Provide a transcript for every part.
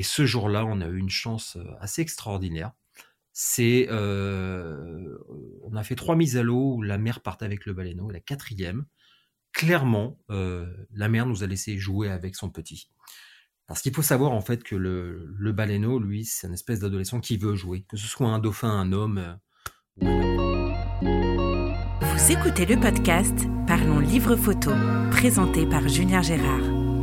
Et ce jour-là, on a eu une chance assez extraordinaire. C'est, on a fait 3 mises à l'eau où la mère partait avec le baleineau. Et la quatrième, clairement, la mère nous a laissé jouer avec son petit. Parce qu'il faut savoir en fait que le baleineau, lui, c'est une espèce d'adolescent qui veut jouer, que ce soit un dauphin, un homme ou un lapin. Vous écoutez le podcast Parlons Livre Photo, présenté par Julien Gérard.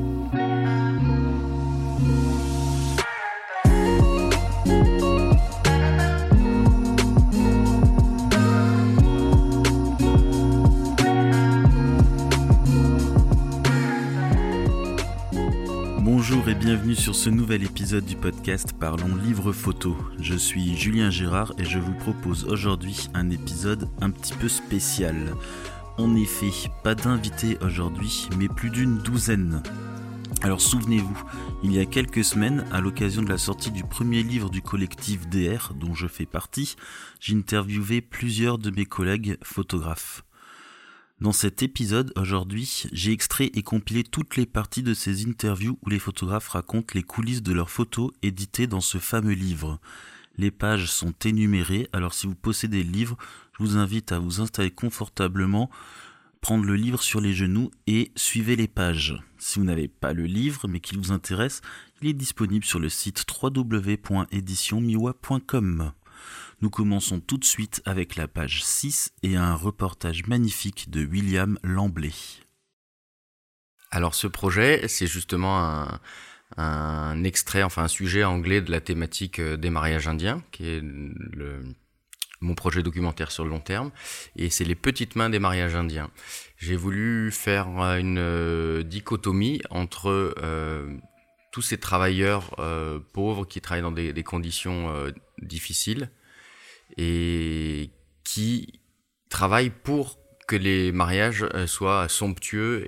Bonjour et bienvenue sur ce nouvel épisode du podcast Parlons Livre Photo. Je suis Julien Gérard et je vous propose aujourd'hui un épisode un petit peu spécial. En effet, pas d'invité aujourd'hui, mais plus d'une douzaine. Alors souvenez-vous, il y a quelques semaines, à l'occasion de la sortie du premier livre du collectif DR, dont je fais partie, j'interviewais plusieurs de mes collègues photographes. Dans cet épisode, aujourd'hui, j'ai extrait et compilé toutes les parties de ces interviews où les photographes racontent les coulisses de leurs photos éditées dans ce fameux livre. Les pages sont énumérées, alors si vous possédez le livre, je vous invite à vous installer confortablement, prendre le livre sur les genoux et suivez les pages. Si vous n'avez pas le livre mais qu'il vous intéresse, il est disponible sur le site www.editionmiwa.com. Nous commençons tout de suite avec la page 6 et un reportage magnifique de William Lamblay. Alors ce projet, c'est justement un extrait, enfin un sujet anglais de la thématique des mariages indiens, qui est mon projet documentaire sur le long terme, et c'est les petites mains des mariages indiens. J'ai voulu faire une dichotomie entre tous ces travailleurs pauvres qui travaillent dans des conditions difficiles, et qui travaillent pour que les mariages soient somptueux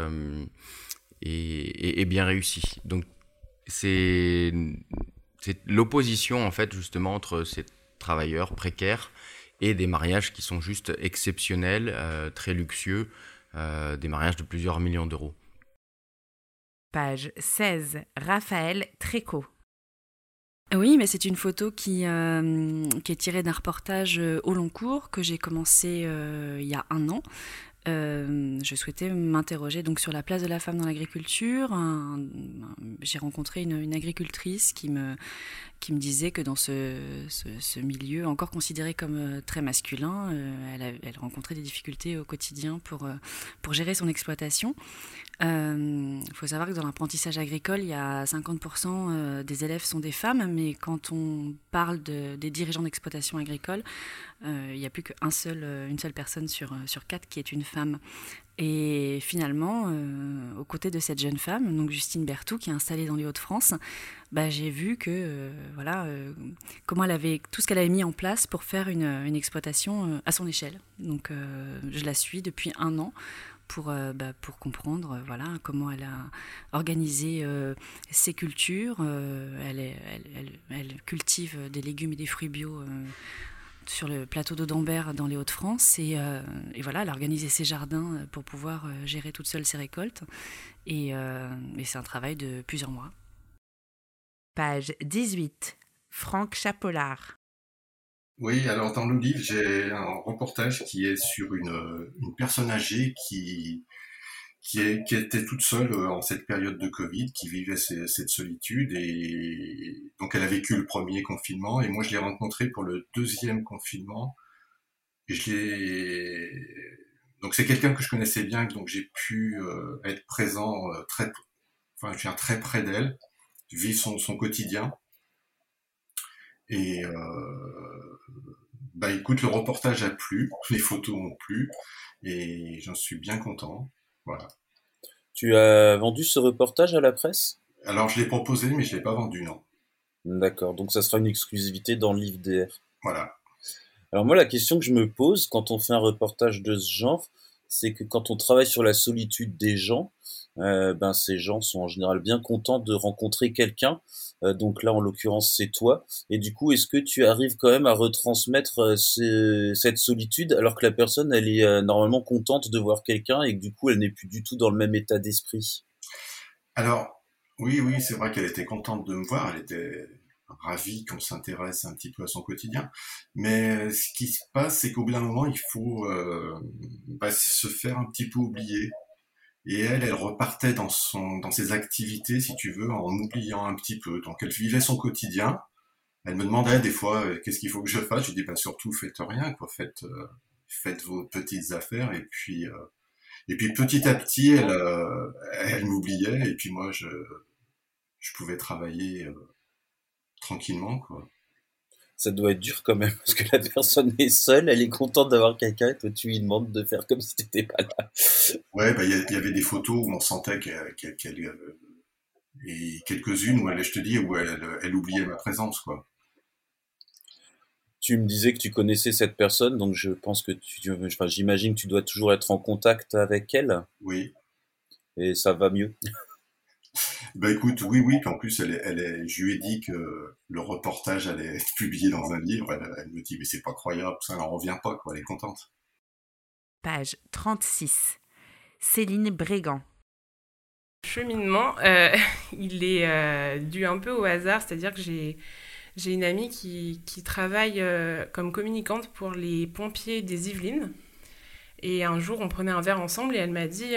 et bien réussis. Donc c'est l'opposition en fait justement entre ces travailleurs précaires et des mariages qui sont juste exceptionnels, très luxueux, des mariages de plusieurs millions d'euros. Page 16, Raphaël Tréco. Oui, mais c'est une photo qui est tirée d'un reportage au long cours que j'ai commencé il y a 1 an. Je souhaitais m'interroger donc sur la place de la femme dans l'agriculture. J'ai rencontré une agricultrice qui me disait que dans ce milieu encore considéré comme très masculin, elle rencontrait des difficultés au quotidien pour gérer son exploitation. Faut savoir que dans l'apprentissage agricole, il y a 50% des élèves sont des femmes, mais quand on parle des dirigeants d'exploitation agricole, il n'y a plus qu'une seule personne sur 4 qui est une femme. Et finalement, aux côtés de cette jeune femme, donc Justine Berthoud, qui est installée dans les Hauts-de-France, j'ai vu que comment elle avait tout ce qu'elle avait mis en place pour faire une exploitation à son échelle. Donc je la suis depuis 1 an pour comprendre comment elle a organisé ses cultures. Elle cultive des légumes et des fruits bio sur le plateau d'Audembert dans les Hauts-de-France et elle a organisé ses jardins pour pouvoir gérer toute seule ses récoltes et c'est un travail de plusieurs mois. Page 18, Franck Chapolard. Oui, alors dans le livre, j'ai un reportage qui est sur une personne âgée qui était toute seule en cette période de Covid, qui vivait cette solitude, et donc elle a vécu le premier confinement, et moi je l'ai rencontrée pour le deuxième confinement, et donc c'est quelqu'un que je connaissais bien, donc j'ai pu être présent je viens très près d'elle, vivre son quotidien, et écoute, le reportage a plu, les photos ont plu, et j'en suis bien content, voilà. Tu as vendu ce reportage à la presse ? Alors je l'ai proposé, mais je l'ai pas vendu, non. D'accord, donc ça sera une exclusivité dans le livre DR. Voilà. Alors moi, la question que je me pose quand on fait un reportage de ce genre, c'est que quand on travaille sur la solitude des gens, ces gens sont en général bien contents de rencontrer quelqu'un. Donc là, en l'occurrence, c'est toi. Et du coup, est-ce que tu arrives quand même à retransmettre cette solitude alors que la personne, elle est normalement contente de voir quelqu'un et que du coup, elle n'est plus du tout dans le même état d'esprit ? Alors, Oui, oui, c'est vrai qu'elle était contente de me voir, elle était ravie qu'on s'intéresse un petit peu à son quotidien. Mais ce qui se passe, c'est qu'au bout d'un moment, il faut se faire un petit peu oublier. Et elle repartait dans ses activités, si tu veux, en oubliant un petit peu. Donc elle vivait son quotidien. Elle me demandait des fois qu'est-ce qu'il faut que je fasse. Je lui dis bah surtout faites rien, quoi. Faites vos petites affaires et puis petit à petit elle m'oubliait et puis moi je pouvais travailler tranquillement, quoi. Ça doit être dur quand même, parce que la personne est seule, elle est contente d'avoir quelqu'un, et toi tu lui demandes de faire comme si t'étais pas là. Ouais, bah il y avait des photos où on sentait et quelques-unes où je te dis, où elle oubliait ma présence, quoi. Tu me disais que tu connaissais cette personne, donc je pense que enfin, j'imagine que tu dois toujours être en contact avec elle, Oui. et ça va mieux. Bah écoute, oui, oui, puis en plus, je lui ai dit que le reportage allait être publié dans un livre. Elle me dit, mais c'est pas croyable, ça n'en revient pas, quoi. Elle est contente. Page 36. Céline Brégan. Cheminement, il est dû un peu au hasard, c'est-à-dire que j'ai une amie qui travaille comme communicante pour les pompiers des Yvelines. Et un jour, on prenait un verre ensemble et elle m'a dit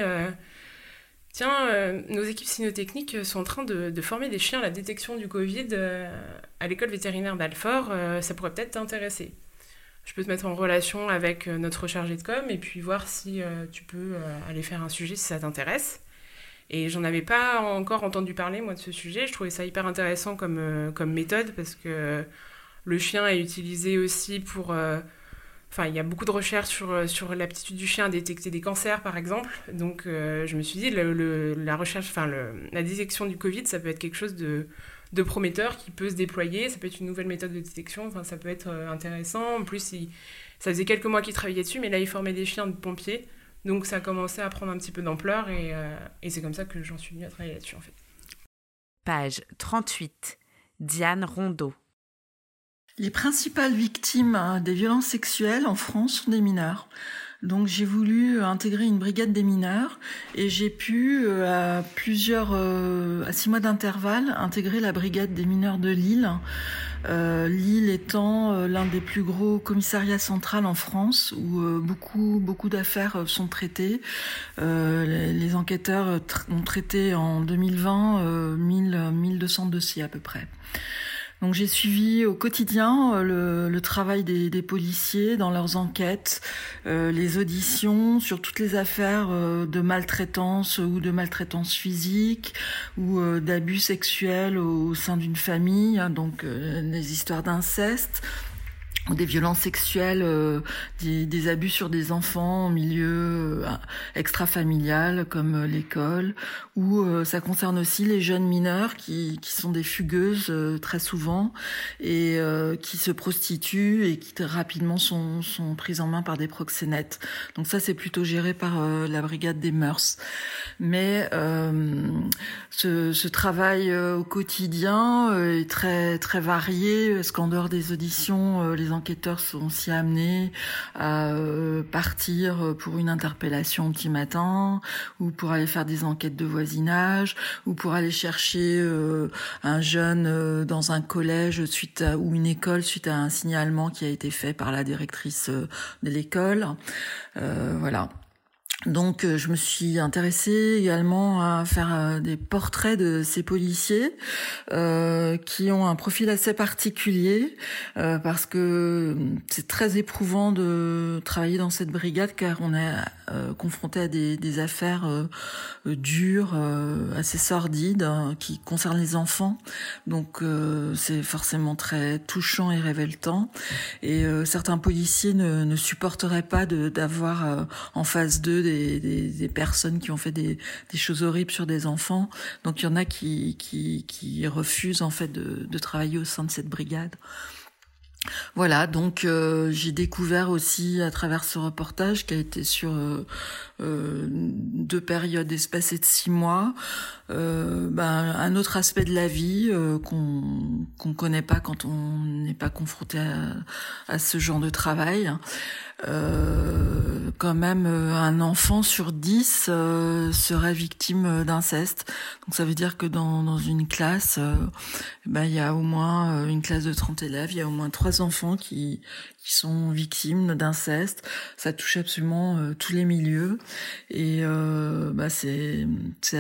tiens, nos équipes cynotechniques sont en train de former des chiens à la détection du Covid à l'école vétérinaire d'Alfort, ça pourrait peut-être t'intéresser. Je peux te mettre en relation avec notre chargé de com et puis voir si tu peux aller faire un sujet si ça t'intéresse. Et j'en avais pas encore entendu parler, moi, de ce sujet. Je trouvais ça hyper intéressant comme méthode parce que le chien est utilisé aussi pour... Enfin, il y a beaucoup de recherches sur l'aptitude du chien à détecter des cancers, par exemple. Donc, je me suis dit, la recherche, la détection du Covid, ça peut être quelque chose de prometteur qui peut se déployer. Ça peut être une nouvelle méthode de détection. Enfin, ça peut être intéressant. En plus, ça faisait quelques mois qu'il travaillait dessus, mais là, il formait des chiens de pompiers. Donc ça a commencé à prendre un petit peu d'ampleur et c'est comme ça que j'en suis venue à travailler là-dessus en fait. Page 38. Diane Rondeau. Les principales victimes des violences sexuelles en France sont des mineurs. Donc j'ai voulu intégrer une brigade des mineurs et j'ai pu à 6 mois d'intervalle intégrer la brigade des mineurs de Lille. Lille étant l'un des plus gros commissariats centraux en France où beaucoup d'affaires sont traitées. Les enquêteurs ont traité en 2020 1200 dossiers à peu près. Donc j'ai suivi au quotidien le travail des policiers dans leurs enquêtes, les auditions sur toutes les affaires de maltraitance ou de maltraitance physique ou d'abus sexuels au sein d'une famille, donc les histoires d'inceste, ou des violences sexuelles, des abus sur des enfants en milieu extrafamilial comme l'école, ou ça concerne aussi les jeunes mineurs qui sont des fugueuses très souvent et qui se prostituent et qui rapidement sont prises en main par des proxénètes. Donc ça c'est plutôt géré par la brigade des mœurs. Mais ce travail au quotidien est très très varié parce qu'en dehors des auditions, les enquêteurs sont aussi amenés à partir pour une interpellation au petit matin ou pour aller faire des enquêtes de voisinage ou pour aller chercher un jeune dans un collège ou une école suite à un signalement qui a été fait par la directrice de l'école. Voilà. Donc je me suis intéressée également à faire des portraits de ces policiers qui ont un profil assez particulier parce que c'est très éprouvant de travailler dans cette brigade car on est confronté à des affaires dures, assez sordides qui concernent les enfants. Donc c'est forcément très touchant et révoltant et certains policiers ne supporteraient pas d'avoir en face d'eux des personnes qui ont fait des choses horribles sur des enfants. Donc il y en a qui refusent en fait de travailler au sein de cette brigade. Voilà, donc j'ai découvert aussi à travers ce reportage qui a été sur 2 périodes espacées de 6 mois, un autre aspect de la vie qu'on qu'on connaît pas quand on n'est pas confronté à ce genre de travail. Quand même, un enfant sur 10 serait victime d'inceste. Donc ça veut dire que dans une classe, il y a au moins une classe de 30 élèves, il y a au moins 3 enfants qui sont victimes d'inceste. Ça touche absolument tous les milieux, et c'est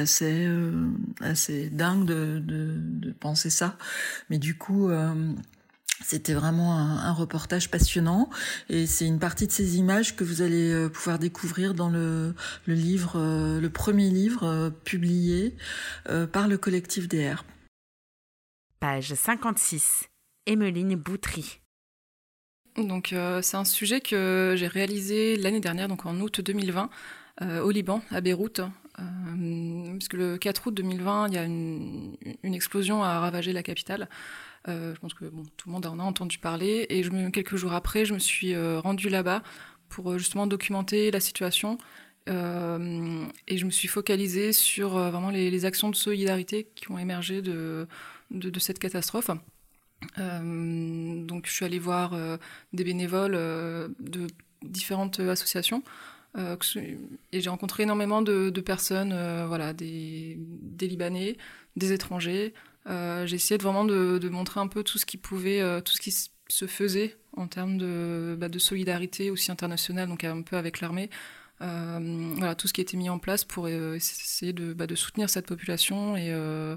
assez dingue de penser ça. Mais du coup, c'était vraiment un reportage passionnant, et c'est une partie de ces images que vous allez pouvoir découvrir dans le livre, le premier livre publié par le collectif DR. Page 56. Emeline Boutry. Donc c'est un sujet que j'ai réalisé l'année dernière, donc en août 2020, au Liban, à Beyrouth, parce que le 4 août 2020, il y a une explosion a ravagé la capitale. Je pense que tout le monde en a entendu parler, et quelques jours après, je me suis rendue là-bas pour justement documenter la situation, et je me suis focalisée sur vraiment les actions de solidarité qui ont émergé de cette catastrophe. Donc je suis allée voir des bénévoles de différentes associations, et j'ai rencontré énormément de personnes, des Libanais, des étrangers. J'ai essayé vraiment de montrer un peu tout ce qui se faisait en termes de solidarité aussi internationale, donc un peu avec l'armée. Tout ce qui a été mis en place pour essayer de soutenir cette population et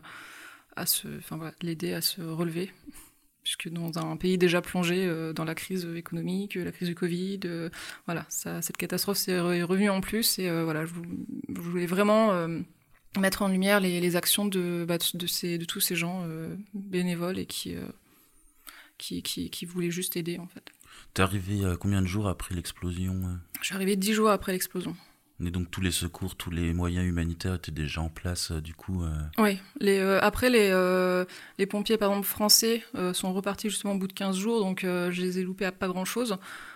l'aider à se relever. Puisque dans un pays déjà plongé dans la crise économique, la crise du Covid, cette catastrophe s'est revenue en plus, et je voulais vraiment mettre en lumière les actions de tous ces gens bénévoles et qui voulaient juste aider, en fait. T'es arrivé combien de jours après l'explosion ? Je suis arrivée 10 jours après l'explosion. Et donc tous les secours, tous les moyens humanitaires étaient déjà en place, du coup Oui, après les pompiers, par exemple, français sont repartis justement au bout de 15 jours, donc je les ai loupés à pas grand-chose.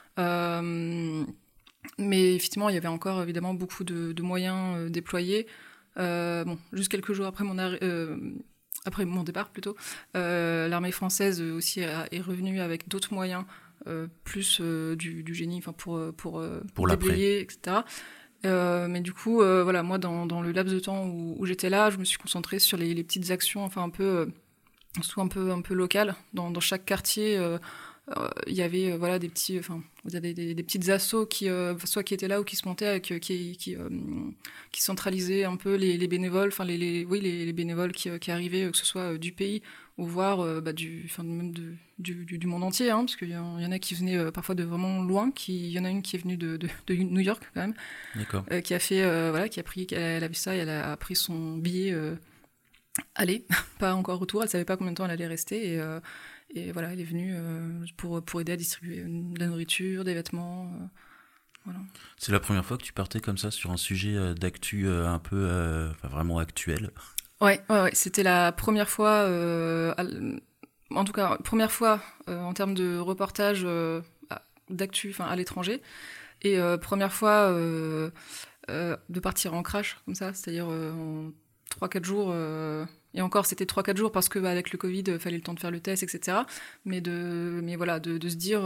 Mais effectivement, il y avait encore évidemment beaucoup de moyens déployés. Juste quelques jours après après mon départ plutôt, l'armée française aussi est revenue avec d'autres moyens, plus du génie, pour déblayer, etc. Mais du coup, moi, dans le laps de temps où j'étais là, je me suis concentrée sur les petites actions, un peu locales. Dans chaque quartier, il y avait des petits, des petites assos qui étaient là ou qui se montaient, qui centralisaient un peu les bénévoles, les bénévoles qui arrivaient, que ce soit du pays ou voire même du monde entier, parce qu'il y en a qui venaient parfois de vraiment loin. Il y en a une qui est venue de New York quand même. D'accord. Qui a fait elle a vu ça et elle a pris son billet aller, pas encore retour. Elle savait pas combien de temps elle allait rester, et elle est venue pour aider à distribuer de la nourriture, des vêtements. Voilà. C'est la première fois que tu partais comme ça sur un sujet d'actu un peu vraiment actuel. Ouais, c'était la première fois, en tout cas, première fois en termes de reportage d'actu, à l'étranger, et première fois de partir en crash comme ça, c'est-à-dire en 3-4 jours. Et encore, c'était 3-4 jours parce qu'avec le Covid, il fallait le temps de faire le test, etc. Mais de se dire,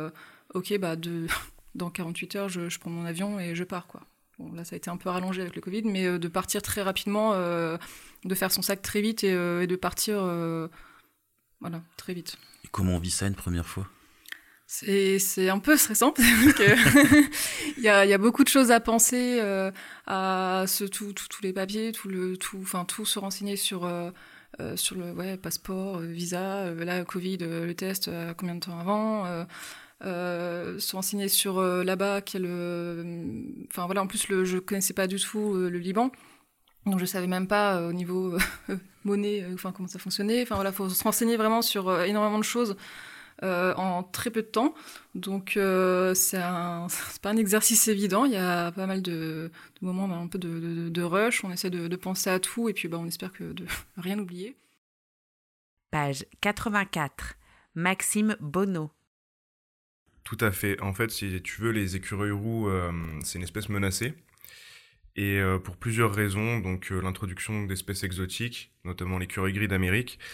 dans 48 heures, je prends mon avion et je pars, quoi. Bon, là, ça a été un peu rallongé avec le Covid, mais de partir très rapidement, de faire son sac très vite et de partir très vite. Et comment on vit ça une première fois ? C'est un peu stressant, parce qu'il y a beaucoup de choses à penser, à tous les papiers, tout se renseigner sur le passeport, visa, là, Covid, le test, combien de temps avant, se renseigner sur là-bas, en plus, je connaissais pas du tout le Liban. Donc je savais même pas au niveau monnaie, comment ça fonctionnait. Faut se renseigner vraiment sur énormément de choses en très peu de temps. Donc c'est pas un exercice évident. Il y a pas mal de moments un peu de rush. On essaie de penser à tout et puis on espère de rien oublier. Page 84. Maxime Bonneau. Tout à fait. En fait, si tu veux, les écureuils roux, c'est une espèce menacée. Et pour plusieurs raisons, donc l'introduction d'espèces exotiques, notamment l'écureuil gris d'Amérique,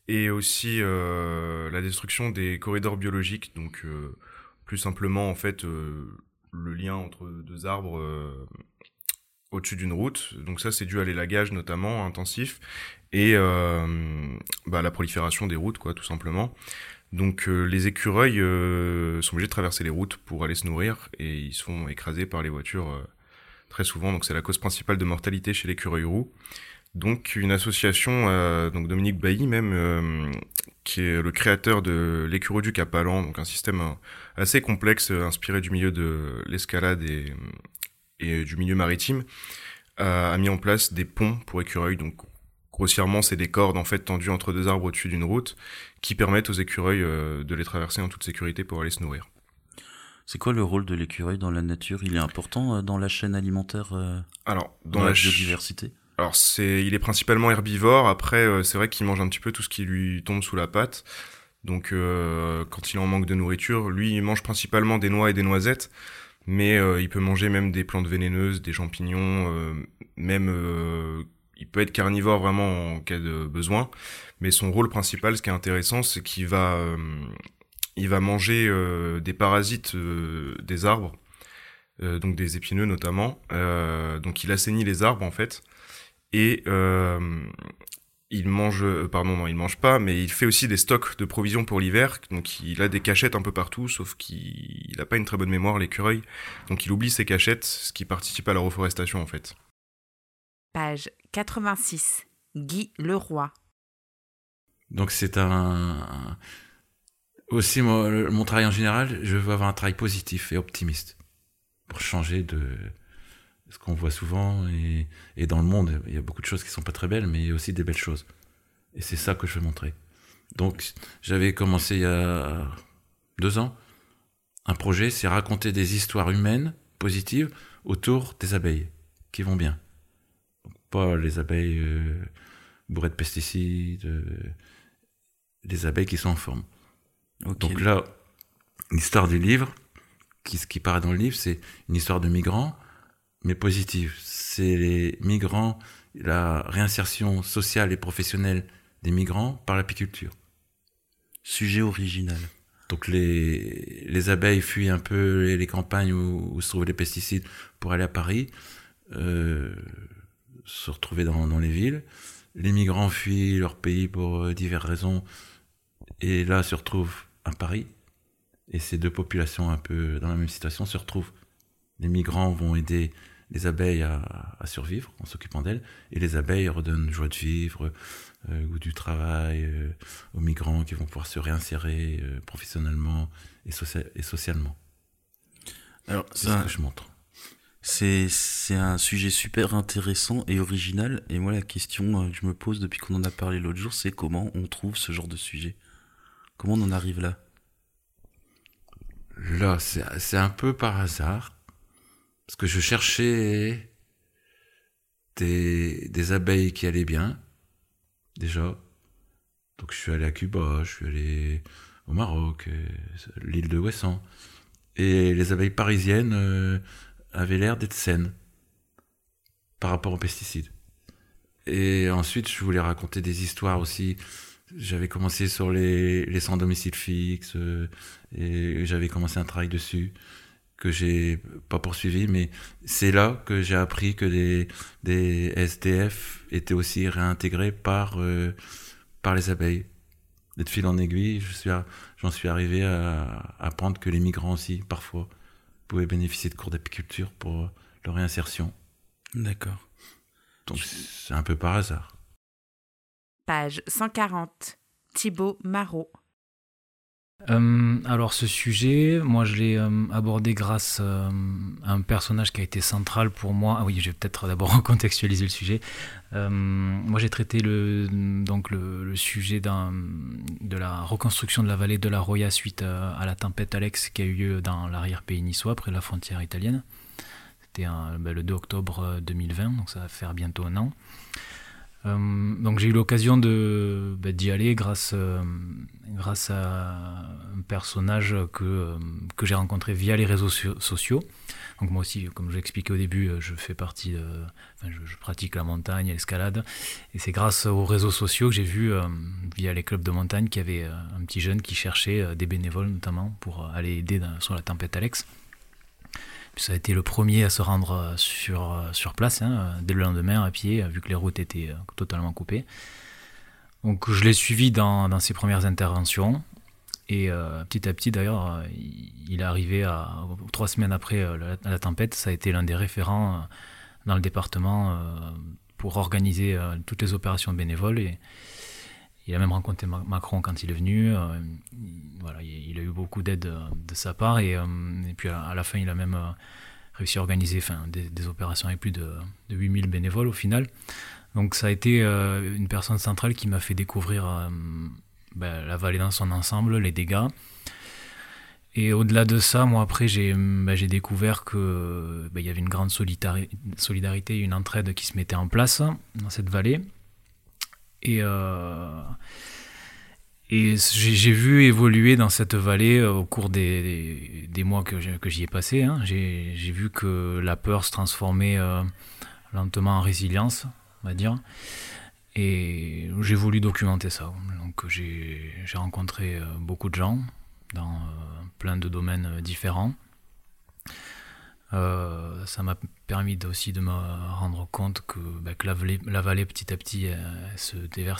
et aussi la destruction des corridors biologiques, donc plus simplement en fait le lien entre deux arbres au-dessus d'une route. Donc ça, c'est dû à l'élagage notamment intensif et la prolifération des routes, quoi, tout simplement. Donc les écureuils sont obligés de traverser les routes pour aller se nourrir et ils se font écraser par les voitures très souvent. Donc c'est la cause principale de mortalité chez l'écureuil roux. Donc une association, donc Dominique Bailly même, qui est le créateur de l'écureuil du Cap-Allan, donc un système assez complexe inspiré du milieu de l'escalade et du milieu maritime, a mis en place des ponts pour écureuils. Donc grossièrement, c'est des cordes en fait tendues entre deux arbres au-dessus d'une route qui permettent aux écureuils de les traverser en toute sécurité pour aller se nourrir. C'est quoi le rôle de l'écureuil dans la nature? Il est important dans la chaîne alimentaire, Alors, dans la biodiversité? Alors il est principalement herbivore. Après, c'est vrai qu'il mange un petit peu tout ce qui lui tombe sous la patte. Donc, quand il est en manque de nourriture, lui, il mange principalement des noix et des noisettes. Mais il peut manger même des plantes vénéneuses, des champignons, il peut être carnivore vraiment en cas de besoin. Mais son rôle principal, ce qui est intéressant, c'est qu'il va manger des parasites des arbres, donc des épineux notamment. Donc il assainit les arbres en fait. Et il mange pas, mais il fait aussi des stocks de provisions pour l'hiver. Donc il a des cachettes un peu partout, sauf qu'il n'a pas une très bonne mémoire, l'écureuil. Donc il oublie ses cachettes, ce qui participe à la reforestation en fait. Page 86. Guy Leroy. Donc c'est aussi mon travail en général, je veux avoir un travail positif et optimiste pour changer de ce qu'on voit souvent et dans le monde, il y a beaucoup de choses qui sont pas très belles, mais il y a aussi des belles choses. Et c'est ça que je veux montrer. Donc, j'avais commencé il y a 2 ans, un projet, c'est raconter des histoires humaines, positives, autour des abeilles, qui vont bien. Donc, pas les abeilles bourrées de pesticides, les abeilles qui sont en forme. Okay. Donc là, l'histoire du livre, ce qui paraît dans le livre, c'est une histoire de migrants, mais positive. C'est les migrants, la réinsertion sociale et professionnelle des migrants par l'apiculture. Sujet original. Donc les abeilles fuient un peu les campagnes où se trouvent les pesticides pour aller à Paris, se retrouver dans les villes. Les migrants fuient leur pays pour diverses raisons et là se retrouvent à Paris. Et ces deux populations un peu dans la même situation se retrouvent. Les migrants vont aider les abeilles à survivre en s'occupant d'elles, et les abeilles redonnent joie de vivre, goût du travail aux migrants qui vont pouvoir se réinsérer professionnellement et socialement. Alors, c'est ce que je montre. C'est un sujet super intéressant et original, et moi la question que je me pose depuis qu'on en a parlé l'autre jour, c'est comment on trouve ce genre de sujet? Comment on en arrive là? Là, c'est un peu par hasard. Parce que je cherchais des abeilles qui allaient bien, déjà. Donc je suis allé à Cuba, je suis allé au Maroc, l'île de Ouessant. Et les abeilles parisiennes avaient l'air d'être saines par rapport aux pesticides. Et ensuite, je voulais raconter des histoires aussi. J'avais commencé sur les sans domicile fixe, et j'avais commencé un travail dessus que j'ai pas poursuivi, mais c'est là que j'ai appris que des SDF étaient aussi réintégrés par les abeilles. Et de fil en aiguille, j'en suis arrivé à apprendre que les migrants aussi, parfois, pouvaient bénéficier de cours d'apiculture pour leur réinsertion. D'accord. Donc c'est un peu par hasard. Page 140. Thibaut Marot. Alors ce sujet, moi je l'ai abordé grâce à un personnage qui a été central pour moi. Ah oui, je vais peut-être d'abord recontextualiser le sujet. Moi j'ai traité le sujet de la reconstruction de la vallée de la Roya suite à la tempête Alex qui a eu lieu dans l'arrière-pays niçois, près de la frontière italienne. C'était le 2 octobre 2020, donc ça va faire bientôt 1 an. Donc j'ai eu l'occasion d'y aller grâce grâce à un personnage que j'ai rencontré via les réseaux sociaux. Donc moi aussi, comme je l'expliquais au début, je pratique la montagne, l'escalade. Et c'est grâce aux réseaux sociaux que j'ai vu, via les clubs de montagne, qu'il y avait un petit jeune qui cherchait des bénévoles notamment pour aller aider sur la tempête Alex. Puis ça a été le premier à se rendre sur place, dès le lendemain à pied, vu que les routes étaient totalement coupées. Donc je l'ai suivi dans ses premières interventions. Et petit à petit, d'ailleurs, il est arrivé 3 semaines après la tempête. Ça a été l'un des référents dans le département pour organiser toutes les opérations bénévoles. Et il a même rencontré Macron quand il est venu. Il a eu beaucoup d'aide de sa part. Et puis à la fin, il a même réussi à organiser des opérations avec plus de 8000 bénévoles au final. Donc ça a été une personne centrale qui m'a fait découvrir la vallée dans son ensemble, les dégâts. Et au-delà de ça, moi après j'ai découvert que y avait une grande solidarité, une entraide qui se mettait en place dans cette vallée. Et j'ai vu évoluer dans cette vallée au cours des mois que j'y ai passé. J'ai vu que la peur se transformait lentement en résilience, on va dire. Et j'ai voulu documenter ça. Donc j'ai rencontré beaucoup de gens dans plein de domaines différents. Ça m'a permis aussi de me rendre compte que la vallée petit à petit se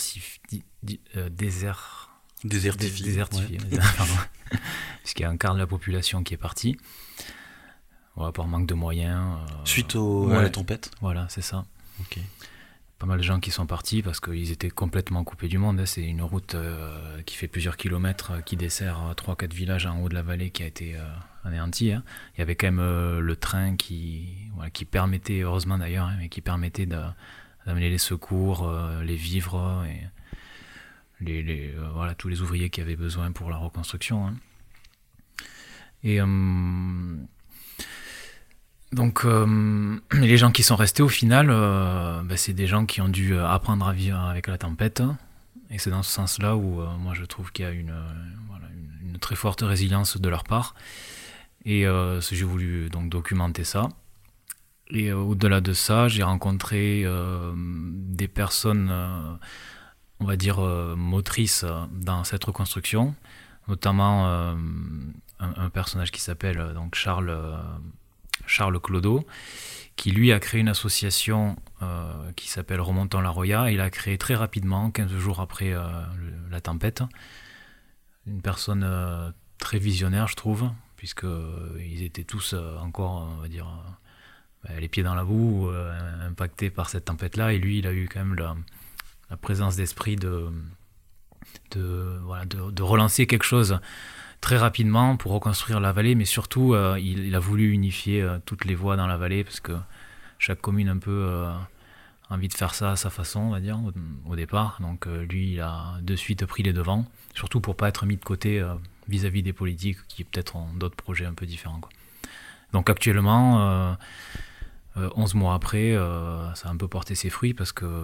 désertifie. Pardon. Puisqu'il y a un quart de la population qui est partie. Voilà, par manque de moyens. Suite à la tempête. Voilà, c'est ça. Ok. Pas mal de gens qui sont partis parce qu'ils étaient complètement coupés du monde. C'est une route qui fait plusieurs kilomètres, qui dessert 3-4 villages en haut de la vallée, qui a été anéanti. Il y avait quand même le train qui permettait, heureusement d'ailleurs, mais qui permettait d'amener les secours, les vivres et tous les ouvriers qui avaient besoin pour la reconstruction. Et donc les gens qui sont restés au final, c'est des gens qui ont dû apprendre à vivre avec la tempête. Et c'est dans ce sens-là où moi je trouve qu'il y a une très forte résilience de leur part. Et j'ai voulu donc documenter ça. Et au-delà de ça, j'ai rencontré des personnes, on va dire, motrices dans cette reconstruction, notamment un personnage qui s'appelle donc Charles Clodo, qui lui a créé une association qui s'appelle Remontons la Roya. Il a créé très rapidement, 15 jours après la tempête, une personne très visionnaire, je trouve, puisqu'ils étaient tous encore, on va dire, les pieds dans la boue, impactés par cette tempête-là. Et lui, il a eu quand même la présence d'esprit de relancer quelque chose très rapidement pour reconstruire la vallée, mais surtout il a voulu unifier toutes les voies dans la vallée, parce que chaque commune un peu a envie de faire ça à sa façon, on va dire, au départ. Donc lui, il a de suite pris les devants, surtout pour pas être mis de côté vis-à-vis des politiques qui peut-être ont d'autres projets un peu différents, quoi. Donc actuellement, 11 mois après, ça a un peu porté ses fruits, parce que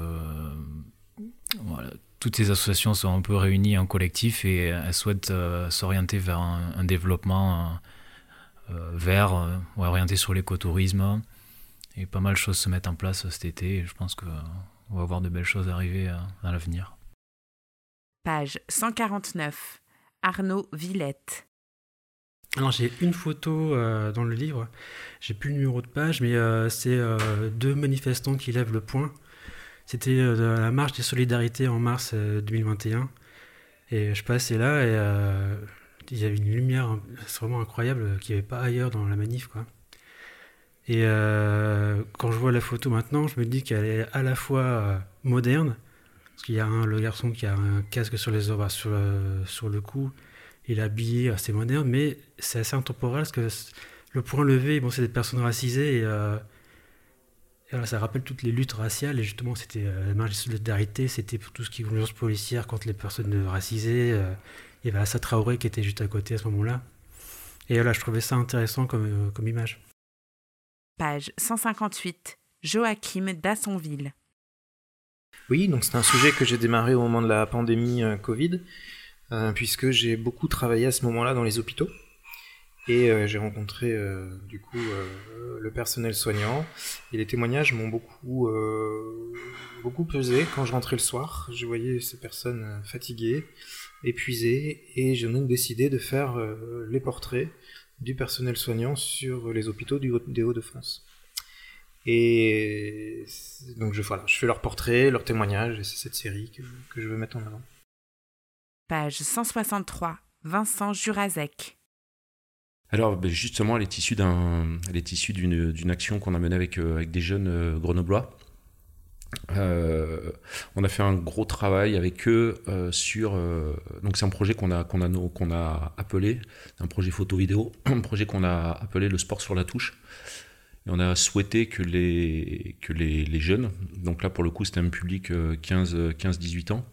toutes ces associations sont un peu réunies en collectif et elles souhaitent s'orienter vers un développement vert, orienté sur l'écotourisme. Et pas mal de choses se mettent en place cet été. Et je pense qu'on va voir de belles choses arriver dans l'avenir. Page 149. Arnaud Villette. Alors j'ai une photo dans le livre. J'ai plus le numéro de page, mais c'est 2 manifestants qui lèvent le poing. C'était la marche des solidarités en mars 2021. Et je passais là et il y avait une lumière vraiment incroyable qu'il n'y avait pas ailleurs dans la manif, quoi. Et quand je vois la photo maintenant, je me dis qu'elle est à la fois moderne, parce qu'il y a le garçon qui a un casque sur les oreilles, sur le cou, il est habillé assez moderne, mais c'est assez intemporel, parce que le poing levé, bon, c'est des personnes racisées, et voilà, ça rappelle toutes les luttes raciales, et justement c'était la marche de solidarité, c'était pour tout ce qui est violence policière contre les personnes racisées. Il y avait Assa Traoré qui était juste à côté à ce moment-là. Et voilà, je trouvais ça intéressant comme image. Page 158. Joachim Dassonville. Oui, donc c'est un sujet que j'ai démarré au moment de la pandémie Covid. puisque j'ai beaucoup travaillé à ce moment-là dans les hôpitaux. Et j'ai rencontré le personnel soignant. Et les témoignages m'ont beaucoup pesé. Quand je rentrais le soir, je voyais ces personnes fatiguées, épuisées, et j'ai donc décidé de faire les portraits du personnel soignant sur les hôpitaux des Hauts-de-France. Et donc je fais leurs portraits, leurs témoignages, et c'est cette série que je veux mettre en avant. Page 163, Vincent Jurazek. Alors justement, elle est issue d'une action qu'on a menée avec des jeunes grenoblois. On a fait un gros travail avec eux sur. Donc c'est un projet qu'on a appelé, un projet photo-vidéo, un projet qu'on a appelé le sport sur la touche. Et on a souhaité que les jeunes, donc là pour le coup c'était un public 15-18 ans,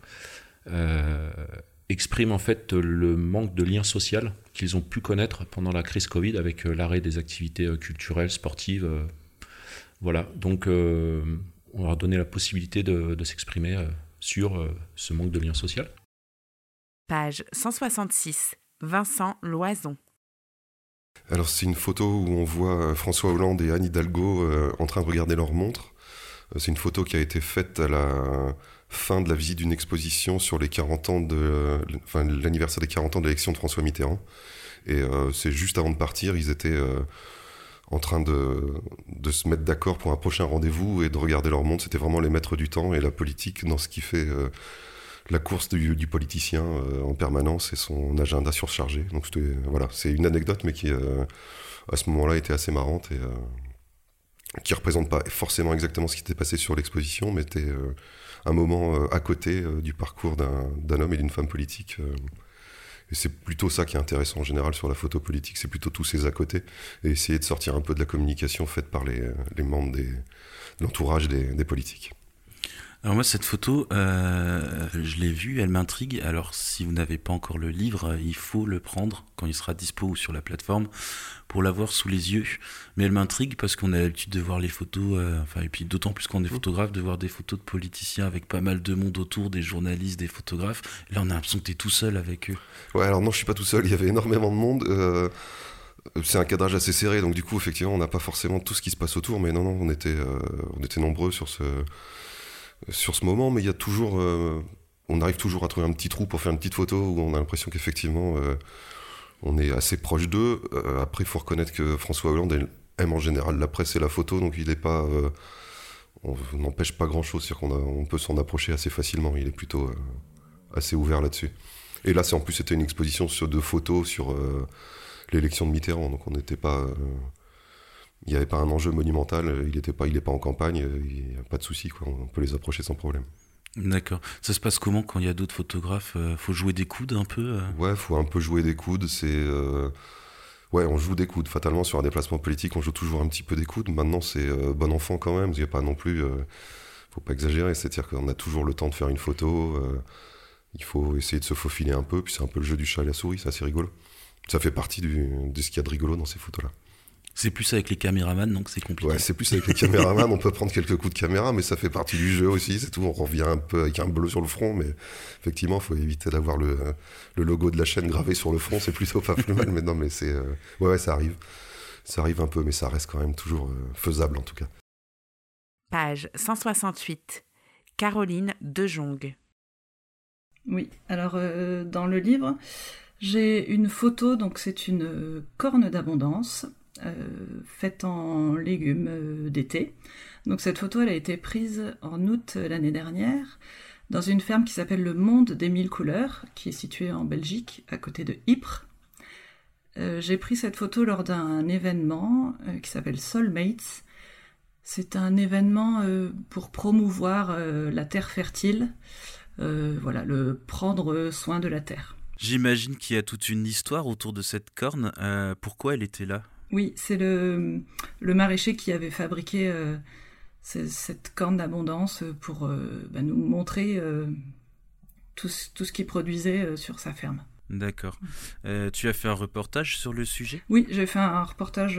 expriment en fait le manque de lien social qu'ils ont pu connaître pendant la crise Covid avec l'arrêt des activités culturelles, sportives. Voilà, donc on leur a donné la possibilité de s'exprimer sur ce manque de lien social. Page 166, Vincent Loison. Alors c'est une photo où on voit François Hollande et Anne Hidalgo en train de regarder leur montre. C'est une photo qui a été faite à la fin de la visite d'une exposition sur les 40 ans l'anniversaire des 40 ans de l'élection de François Mitterrand. Et c'est juste avant de partir, ils étaient en train de se mettre d'accord pour un prochain rendez-vous et de regarder leur montre. C'était vraiment les maîtres du temps et la politique dans ce qui fait la course du politicien en permanence et son agenda surchargé. Donc c'est une anecdote, mais qui à ce moment-là était assez marrante et qui représente pas forcément exactement ce qui s'était passé sur l'exposition, mais était un moment à côté du parcours d'un homme et d'une femme politique. Et c'est plutôt ça qui est intéressant en général sur la photo politique, c'est plutôt tous ces à côté, et essayer de sortir un peu de la communication faite par les membres de l'entourage des politiques. Alors moi, cette photo, je l'ai vue, elle m'intrigue. Alors si vous n'avez pas encore le livre, il faut le prendre quand il sera dispo ou sur la plateforme pour l'avoir sous les yeux. Mais elle m'intrigue parce qu'on a l'habitude de voir les photos, et puis d'autant plus quand on est photographe, de voir des photos de politiciens avec pas mal de monde autour, des journalistes, des photographes. Et là, on a l'impression que tu es tout seul avec eux. Ouais, alors non, je suis pas tout seul, il y avait énormément de monde. C'est un cadrage assez serré, donc du coup, effectivement, on n'a pas forcément tout ce qui se passe autour, mais non, on était nombreux sur ce moment, mais il y a toujours, on arrive toujours à trouver un petit trou pour faire une petite photo où on a l'impression qu'effectivement on est assez proche d'eux. Après, il faut reconnaître que François Hollande aime en général la presse et la photo, donc il n'est pas, on n'empêche pas grand-chose, c'est-à-dire qu'on peut s'en approcher assez facilement. Il est plutôt assez ouvert là-dessus. Et là, en plus, c'était une exposition de photos sur l'élection de Mitterrand, donc on n'était pas. Il n'y avait pas un enjeu monumental, il n'est pas en campagne, il n'y a pas de souci, quoi. On peut les approcher sans problème. D'accord. Ça se passe comment quand il y a d'autres photographes ? Faut jouer des coudes un peu Ouais, faut un peu jouer des coudes. On joue des coudes. Fatalement, sur un déplacement politique, on joue toujours un petit peu des coudes. Maintenant, c'est bon enfant quand même, parce qu'il n'y a pas non plus. Faut pas exagérer, c'est-à-dire qu'on a toujours le temps de faire une photo. Il faut essayer de se faufiler un peu, puis c'est un peu le jeu du chat et la souris, c'est assez rigolo. Ça fait partie de ce qu'il y a de rigolo dans ces photos-là. C'est plus avec les caméramans, donc c'est compliqué. Ouais, c'est plus avec les caméramans, on peut prendre quelques coups de caméra, mais ça fait partie du jeu aussi, c'est tout. On revient un peu avec un bleu sur le front, mais effectivement, il faut éviter d'avoir le logo de la chaîne gravé sur le front, c'est plutôt pas plus mal, mais non, mais c'est... Ouais, ça arrive. Ça arrive un peu, mais ça reste quand même toujours faisable, en tout cas. Page 168. Caroline Dejong. Oui, alors dans le livre, j'ai une photo, donc c'est une corne d'abondance, faite en légumes d'été. Donc cette photo, elle a été prise en août l'année dernière dans une ferme qui s'appelle le Monde des Mille Couleurs, qui est située en Belgique, à côté de Ypres. J'ai pris cette photo lors d'un événement qui s'appelle Soulmates. C'est un événement pour promouvoir la terre fertile, le prendre soin de la terre. J'imagine qu'il y a toute une histoire autour de cette corne. Pourquoi elle était là ? Oui, c'est le maraîcher qui avait fabriqué cette corne d'abondance pour nous montrer tout ce qu'il produisait sur sa ferme. D'accord. Tu as fait un reportage sur le sujet ? Oui, j'ai fait un reportage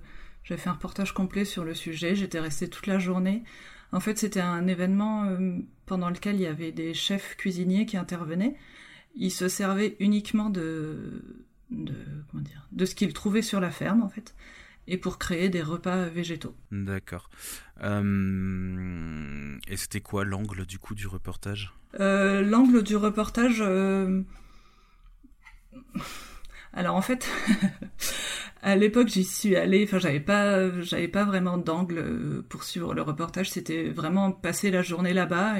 complet sur le sujet. J'étais restée toute la journée. En fait, c'était un événement pendant lequel il y avait des chefs cuisiniers qui intervenaient. il se servait uniquement de ce qu'il trouvait sur la ferme, en fait, et pour créer des repas végétaux. D'accord. Et c'était quoi l'angle du coup du reportage ? L'angle du reportage... Alors en fait, à l'époque j'y suis allée, enfin j'avais pas vraiment d'angle pour suivre le reportage, c'était vraiment passer la journée là-bas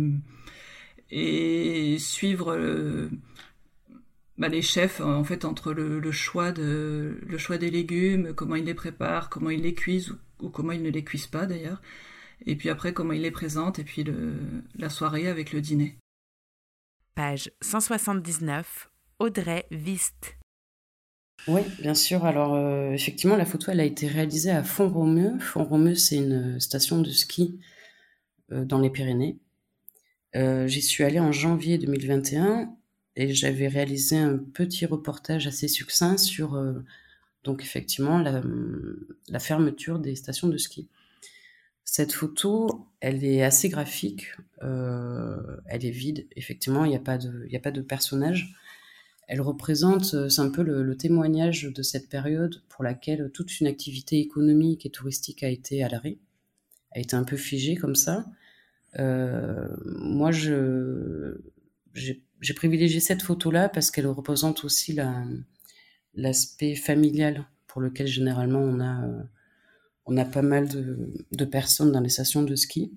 et suivre les chefs en fait entre le choix des légumes, comment ils les préparent, comment ils les cuisent ou comment ils ne les cuisent pas d'ailleurs, et puis après comment ils les présentent, et puis la soirée avec le dîner. Page 179, Audrey Vist. Oui, bien sûr. Alors, effectivement, la photo, elle a été réalisée à Font-Romeu. Font-Romeu, c'est une station de ski dans les Pyrénées. J'y suis allée en janvier 2021 et j'avais réalisé un petit reportage assez succinct sur, donc effectivement, la fermeture des stations de ski. Cette photo, elle est assez graphique. Elle est vide. Effectivement, il n'y a pas de personnage. Elle représente, c'est un peu le témoignage de cette période pour laquelle toute une activité économique et touristique a été à l'arrêt, a été un peu figée comme ça. Moi, j'ai privilégié cette photo-là parce qu'elle représente aussi l'aspect familial pour lequel généralement on a pas mal de personnes dans les stations de ski.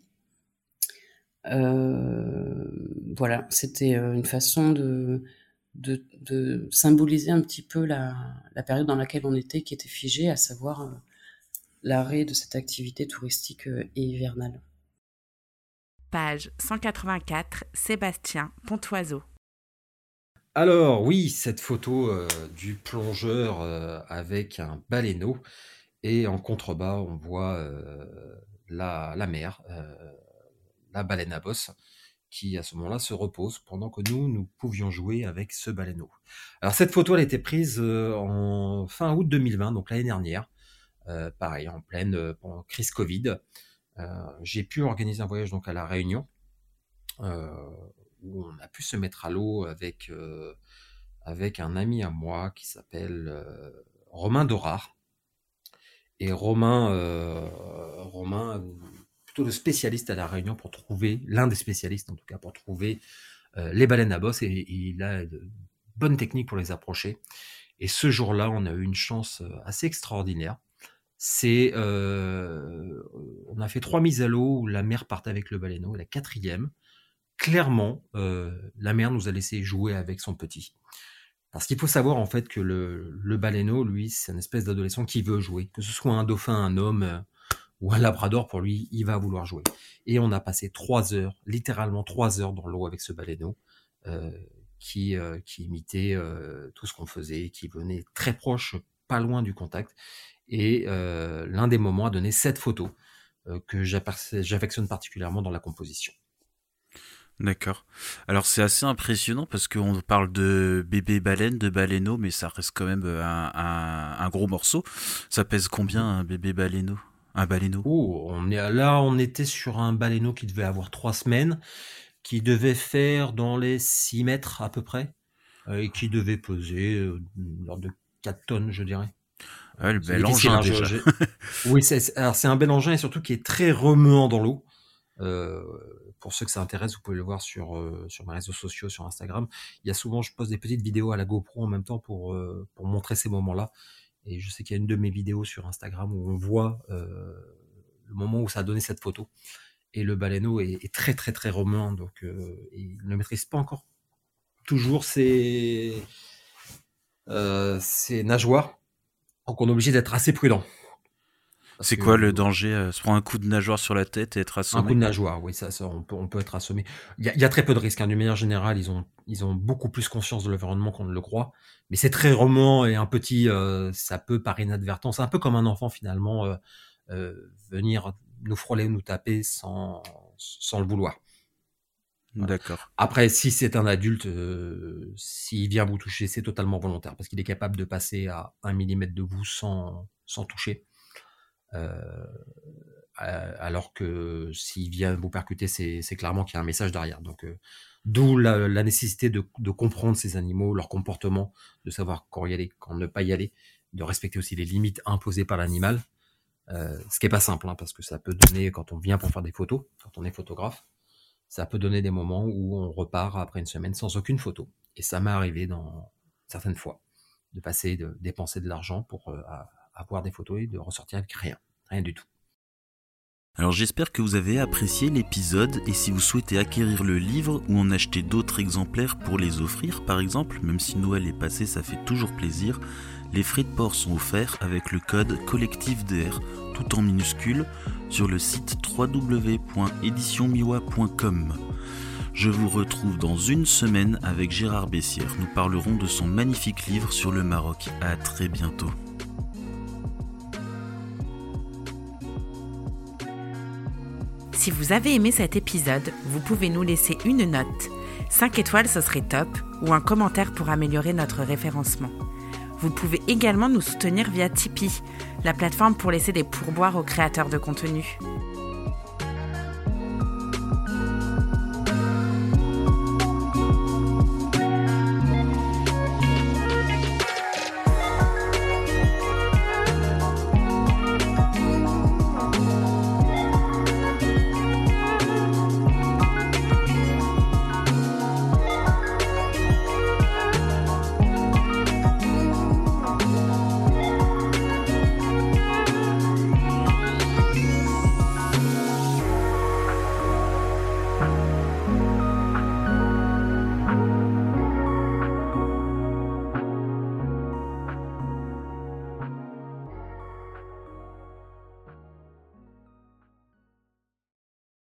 Voilà, c'était une façon de symboliser un petit peu la période dans laquelle on était, qui était figée, à savoir l'arrêt de cette activité touristique et hivernale. Page 184, Sébastien Pontoiseau. Alors oui, cette photo du plongeur avec un baleineau, et en contrebas on voit la mer, la baleine à bosse, qui à ce moment-là se repose pendant que nous pouvions jouer avec ce baleineau. Alors cette photo, elle a été prise en fin août 2020, donc l'année dernière, pareil, en pleine crise Covid. J'ai pu organiser un voyage donc à La Réunion, où on a pu se mettre à l'eau avec un ami à moi qui s'appelle Romain Dorard. Et Romain plutôt le spécialiste à La Réunion pour trouver, l'un des spécialistes en tout cas, pour trouver les baleines à bosse, et il a de bonnes techniques pour les approcher. Et ce jour-là, on a eu une chance assez extraordinaire. On a fait 3 mises à l'eau où la mer partait avec le baleineau, et la 4e, clairement, la mer nous a laissé jouer avec son petit. Parce qu'il faut savoir en fait que le baleineau, lui, c'est une espèce d'adolescent qui veut jouer, que ce soit un dauphin, un homme ou un labrador, pour lui, il va vouloir jouer. Et on a passé 3 heures, littéralement 3 heures dans l'eau avec ce baleineau, qui imitait tout ce qu'on faisait, qui venait très proche, pas loin du contact. Et l'un des moments a donné cette photo que j'affectionne particulièrement dans la composition. D'accord. Alors c'est assez impressionnant parce qu'on parle de bébé baleine, de baleineau, mais ça reste quand même un gros morceau. Ça pèse combien un bébé baleineau ? Un baleineau ? On était sur un baleineau qui devait avoir 3 semaines, qui devait faire dans les 6 mètres à peu près, et qui devait peser de l'ordre de 4 tonnes, je dirais. Ouais, le bel engin déjà. Oui, c'est un bel engin, et surtout qui est très remuant dans l'eau. Pour ceux que ça intéresse, vous pouvez le voir sur mes réseaux sociaux, sur Instagram. Il y a souvent, je poste des petites vidéos à la GoPro en même temps pour montrer ces moments-là. Et je sais qu'il y a une de mes vidéos sur Instagram où on voit le moment où ça a donné cette photo. Et le baleineau est très très très remuant, donc il ne maîtrise pas encore toujours ses nageoires. Donc on est obligé d'être assez prudent. C'est quoi le danger ? Se prendre un coup de nageoire sur la tête et être assommé ? Un coup de nageoire, oui, ça on peut être assommé. Il y a très peu de risques, hein. D'une manière générale, ils ont beaucoup plus conscience de l'environnement qu'on ne le croit. Mais c'est très remuant, et un petit, ça peut par inadvertance, un peu comme un enfant finalement, venir nous frôler, nous taper sans le vouloir. Voilà. D'accord. Après, si c'est un adulte, s'il vient vous toucher, c'est totalement volontaire, parce qu'il est capable de passer à 1 millimètre de vous sans toucher. alors que s'il vient vous percuter, c'est clairement qu'il y a un message derrière. Donc, d'où la nécessité de comprendre ces animaux, leur comportement, de savoir quand y aller, quand ne pas y aller, de respecter aussi les limites imposées par l'animal. Ce qui est pas simple, parce que ça peut donner, quand on vient pour faire des photos, quand on est photographe, ça peut donner des moments où on repart après une semaine sans aucune photo. Et ça m'est arrivé dans certaines fois de dépenser de l'argent pour avoir des photos et de ressortir avec rien du tout. Alors j'espère que vous avez apprécié l'épisode et si vous souhaitez acquérir le livre ou en acheter d'autres exemplaires pour les offrir par exemple, même si Noël est passé, ça fait toujours plaisir, les frais de port sont offerts avec le code COLLECTIVEDR, tout en minuscules, sur le site www.editionmiwa.com. Je vous retrouve dans une semaine avec Gérard Bessières. Nous parlerons de son magnifique livre sur le Maroc. À très bientôt. Si vous avez aimé cet épisode, vous pouvez nous laisser une note. 5 étoiles, ce serait top, ou un commentaire pour améliorer notre référencement. Vous pouvez également nous soutenir via Tipeee, la plateforme pour laisser des pourboires aux créateurs de contenu.